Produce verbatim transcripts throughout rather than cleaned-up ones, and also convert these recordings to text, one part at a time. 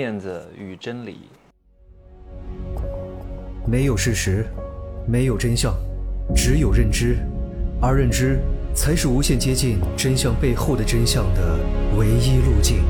面子与真理。 没有事实，没有真相，只有认知，而认知才是无限接近真相背后的真相的唯一路径。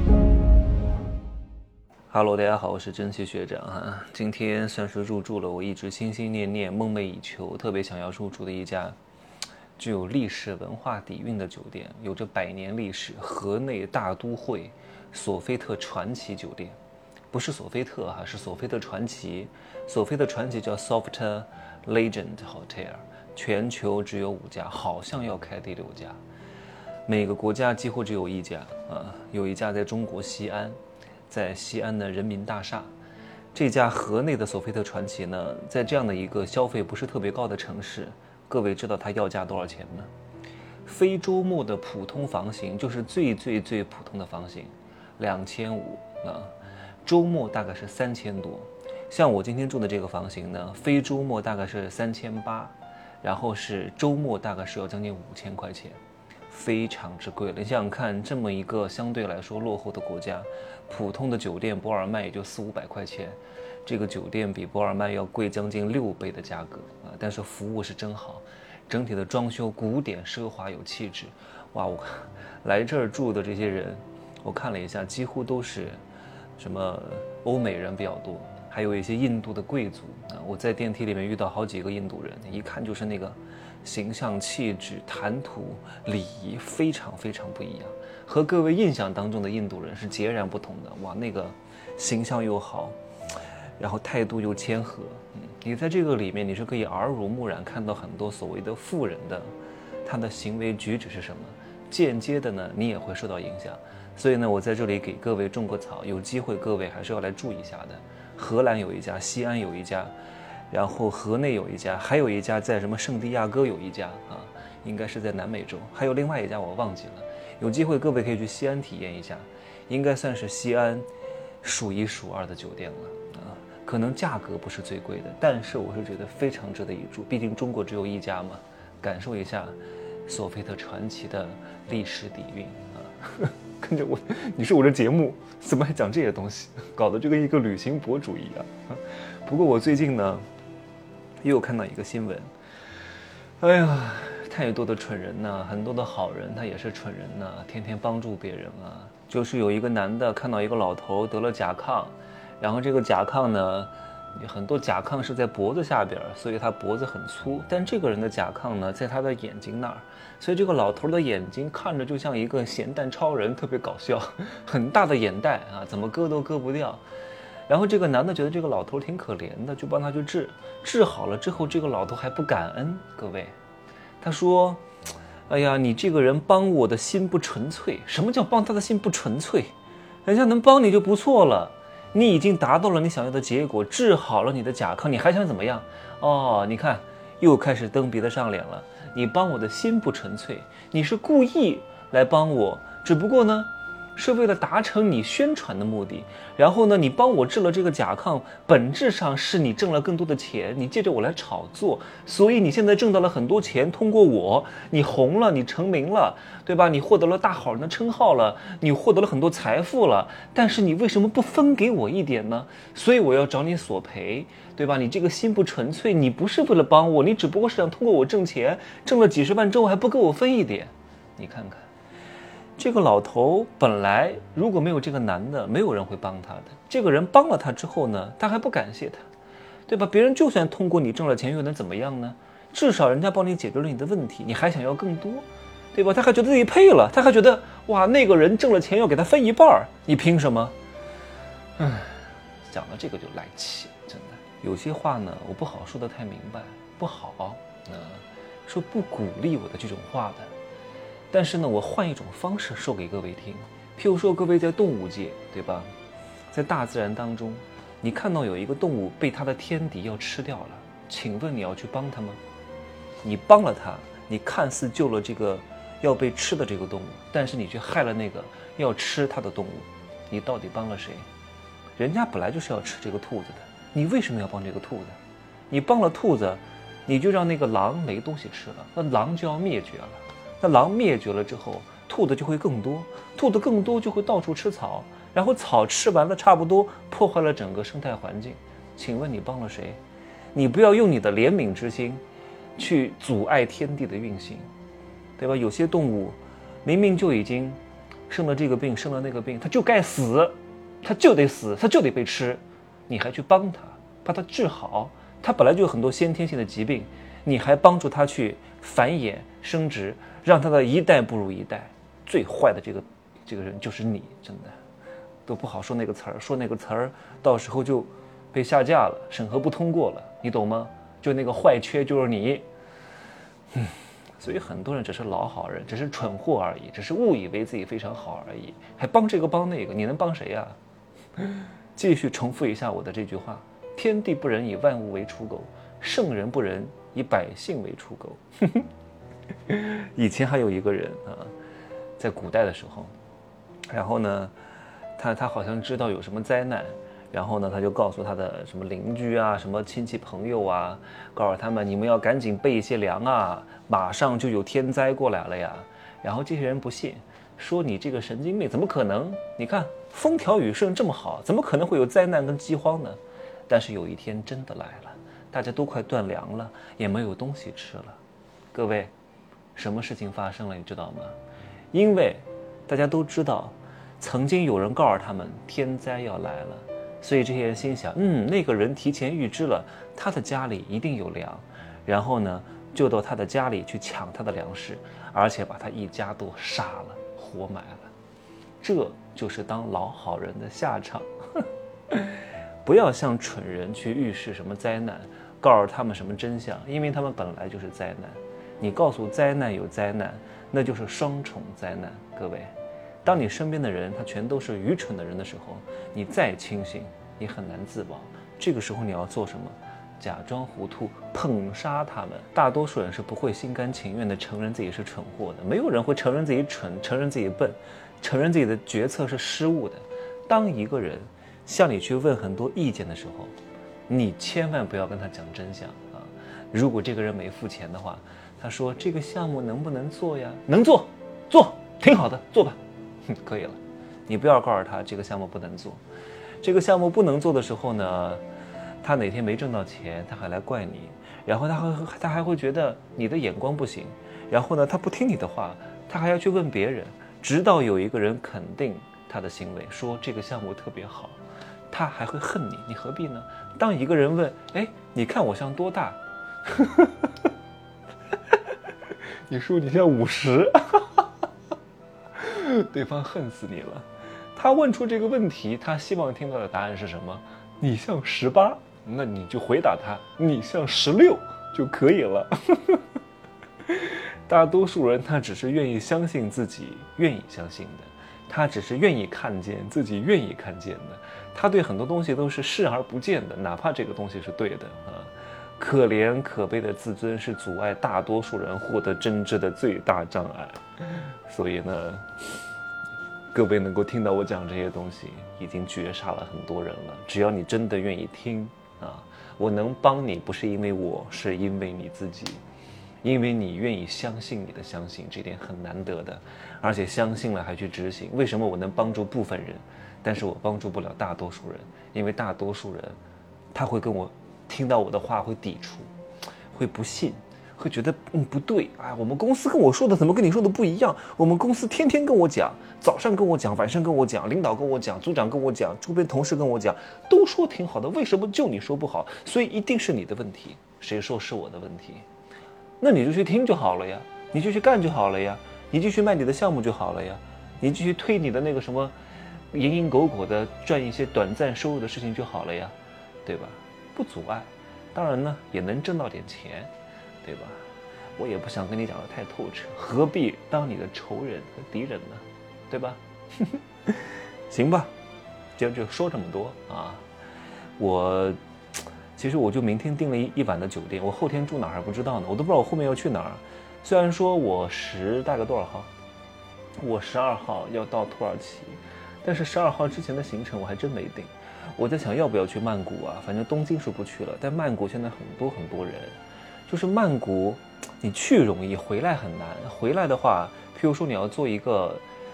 Hello， 大家好，我是真奇学长啊。今天算是入住了我一直心心念念、梦寐以求、特别想要入住的一家具有历史文化底蕴的酒店，有着百年历史，河内大都会索菲特传奇酒店。不是索菲特哈，是索菲特传奇。索菲特传奇叫 Sofitel Legend Hotel， 全球只有五家，好像要开第六家。每个国家几乎只有一家啊，有一家在中国西安，在西安的人民大厦。这家河内的索菲特传奇呢，在这样的一个消费不是特别高的城市，各位知道它要价多少钱吗？非周末的普通房型，就是最最最普通的房型，两千五啊。周末大概是三千多，像我今天住的这个房型呢，非周末大概是三千八，然后是周末大概是要将近五千块钱，非常之贵了。你想想看，这么一个相对来说落后的国家，普通的酒店博尔曼也就四五百块钱，这个酒店比博尔曼要贵将近六倍的价格啊！但是服务是真好，整体的装修古典奢华有气质。哇，我来这儿住的这些人，我看了一下，几乎都是什么欧美人比较多，还有一些印度的贵族啊！我在电梯里面遇到好几个印度人，一看就是那个形象、气质、谈吐、礼仪非常非常不一样，和各位印象当中的印度人是截然不同的。哇，那个形象又好，然后态度又谦和。嗯，你在这个里面，你是可以耳濡目染看到很多所谓的富人的他的行为举止是什么，间接的呢，你也会受到影响。所以呢，我在这里给各位种个草，有机会各位还是要来住一下的。荷兰有一家，西安有一家，然后河内有一家，还有一家在什么圣地亚哥有一家啊，应该是在南美洲，还有另外一家我忘记了。有机会各位可以去西安体验一下，应该算是西安数一数二的酒店了啊。可能价格不是最贵的，但是我是觉得非常值得一住，毕竟中国只有一家嘛，感受一下索菲特传奇的历史底蕴啊。跟着我，你是我的节目，怎么还讲这些东西，搞得就跟一个旅行博主一样。不过我最近呢，又看到一个新闻，哎呀，太多的蠢人呐，很多的好人他也是蠢人呐，天天帮助别人啊。就是有一个男的看到一个老头得了甲亢，然后这个甲亢呢，很多甲亢是在脖子下边，所以他脖子很粗，但这个人的甲亢呢，在他的眼睛那儿。所以这个老头的眼睛看着就像一个咸蛋超人，特别搞笑，很大的眼袋啊，怎么割都割不掉。然后这个男的觉得这个老头挺可怜的，就帮他去治，治好了之后，这个老头还不感恩。各位，他说：“哎呀，你这个人帮我的心不纯粹。什么叫帮他的心不纯粹？人家能帮你就不错了，你已经达到了你想要的结果，治好了你的甲亢，你还想怎么样？哦，你看，又开始蹬鼻子上脸了。”你帮我的心不纯粹，你是故意来帮我，只不过呢，是为了达成你宣传的目的。然后呢，你帮我治了这个甲亢，本质上是你挣了更多的钱，你借着我来炒作，所以你现在挣到了很多钱，通过我，你红了，你成名了，对吧？你获得了大好人的称号了，你获得了很多财富了，但是你为什么不分给我一点呢？所以我要找你索赔，对吧？你这个心不纯粹，你不是为了帮我，你只不过是想通过我挣钱，挣了几十万之后还不给我分一点。你看看这个老头，本来如果没有这个男的，没有人会帮他的。这个人帮了他之后呢，他还不感谢他，对吧？别人就算通过你挣了钱又能怎么样呢？至少人家帮你解决了你的问题，你还想要更多，对吧？他还觉得自己配了，他还觉得哇，那个人挣了钱要给他分一半，你凭什么？唉，讲到这个就来气，真的有些话呢，我不好说得太明白，不好，呃，说不鼓励我的这种话的。但是呢，我换一种方式说给各位听。譬如说，各位在动物界，对吧？在大自然当中，你看到有一个动物被它的天敌要吃掉了，请问你要去帮它吗？你帮了它，你看似救了这个要被吃的这个动物，但是你却害了那个要吃它的动物，你到底帮了谁？人家本来就是要吃这个兔子的，你为什么要帮这个兔子？你帮了兔子，你就让那个狼没东西吃了，那狼就要灭绝了。那狼灭绝了之后，兔子就会更多，兔子更多就会到处吃草， 然后草吃完了差不多，破坏了整个生态环境。请问你帮了谁？你不要用你的怜悯之心去阻碍天地的运行，对吧？有些动物明明就已经生了这个病，生了那个病，它就该死，它就得死，它就得被吃，你还去帮它，把它治好。它本来就有很多先天性的疾病，你还帮助它去繁衍生殖，让它的一代不如一代。最坏的这个这个人就是你，真的都不好说那个词儿，说那个词儿到时候就被下架了，审核不通过了，你懂吗？就那个坏缺就是你。嗯，所以很多人只是老好人，只是蠢货而已，只是误以为自己非常好而已，还帮这个帮那个，你能帮谁呀？继续重复一下我的这句话：天地不仁，以万物为刍狗；圣人不仁，以百姓为刍狗。以前还有一个人啊，在古代的时候，然后呢，他他好像知道有什么灾难。然后呢，他就告诉他的什么邻居啊，什么亲戚朋友啊，告诉他们你们要赶紧备一些粮啊，马上就有天灾过来了呀。然后这些人不信，说你这个神经病，怎么可能？你看风调雨顺这么好，怎么可能会有灾难跟饥荒呢？但是有一天真的来了，大家都快断粮了，也没有东西吃了。各位，什么事情发生了，你知道吗？因为大家都知道，曾经有人告诉他们天灾要来了。所以这些人心想，嗯，那个人提前预知了，他的家里一定有粮，然后呢，就到他的家里去抢他的粮食，而且把他一家都杀了，活埋了。这就是当老好人的下场。不要像蠢人去预示什么灾难，告诉他们什么真相，因为他们本来就是灾难。你告诉灾难有灾难，那就是双重灾难。各位，当你身边的人他全都是愚蠢的人的时候，你再清醒你很难自保。这个时候你要做什么？假装糊涂，捧杀他们。大多数人是不会心甘情愿地承认自己是蠢货的，没有人会承认自己蠢，承认自己笨，承认自己的决策是失误的。当一个人向你去问很多意见的时候，你千万不要跟他讲真相啊！如果这个人没付钱的话，他说这个项目能不能做呀？能做，做，挺好的，做吧。哼，可以了。你不要告诉他这个项目不能做。这个项目不能做的时候呢，他哪天没挣到钱，他还来怪你，然后他还他还会觉得你的眼光不行，然后呢，他不听你的话，他还要去问别人，直到有一个人肯定他的行为，说这个项目特别好，他还会恨你，你何必呢？当一个人问，哎，你看我像多大？你说你像五十，对方恨死你了。他问出这个问题，他希望听到的答案是什么？你像十八，那你就回答他，你像十六就可以了。大多数人他只是愿意相信自己愿意相信的，他只是愿意看见自己愿意看见的，他对很多东西都是视而不见的，哪怕这个东西是对的啊。可怜可悲的自尊是阻碍大多数人获得真知的最大障碍。所以呢，各位能够听到我讲这些东西，已经绝杀了很多人了。只要你真的愿意听啊，我能帮你，不是因为我，是因为你自己，因为你愿意相信你的相信，这点很难得的，而且相信了还去执行。为什么我能帮助部分人，但是我帮助不了大多数人？因为大多数人他会跟我听到我的话会抵触，会不信，会觉得嗯不对啊，我们公司跟我说的怎么跟你说的不一样？我们公司天天跟我讲，早上跟我讲，晚上跟我讲，领导跟我讲，组长跟我讲，周边同事跟我讲，都说挺好的，为什么就你说不好？所以一定是你的问题。谁说是我的问题？那你就去听就好了呀，你就去干就好了呀，你就去卖你的项目就好了呀，你就去推你的那个什么蝇营狗苟的赚一些短暂收入的事情就好了呀，对吧？不阻碍，当然呢也能挣到点钱，对吧？我也不想跟你讲的太透彻，何必当你的仇人和敌人呢？对吧？行吧，今儿就说这么多啊。我其实我就明天订了一一晚的酒店，我后天住哪儿还不知道呢，我都不知道我后面要去哪儿。虽然说我十大概多少号？我十二号要到土耳其，但是十二号之前的行程我还真没定。我在想要不要去曼谷啊，反正东京是不去了，但曼谷现在很多很多人，就是曼谷你去容易，回来很难。回来的话，譬如说你要坐一个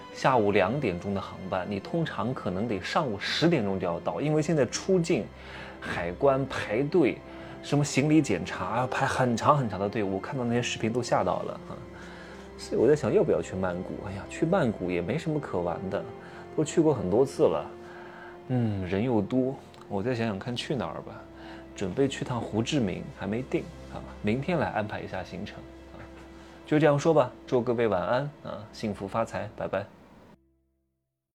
下午两点钟的航班，你通常可能得上午十点钟就要到，因为现在出境、海关排队，什么行李检查排很长很长的队伍，看到那些视频都吓到了啊。所以我在想，要不要去曼谷？哎呀，去曼谷也没什么可玩的，都去过很多次了，嗯，人又多，我再想想看去哪儿吧。准备去趟胡志明，还没定啊，明天来安排一下行程啊。就这样说吧，祝各位晚安啊，幸福发财，拜拜。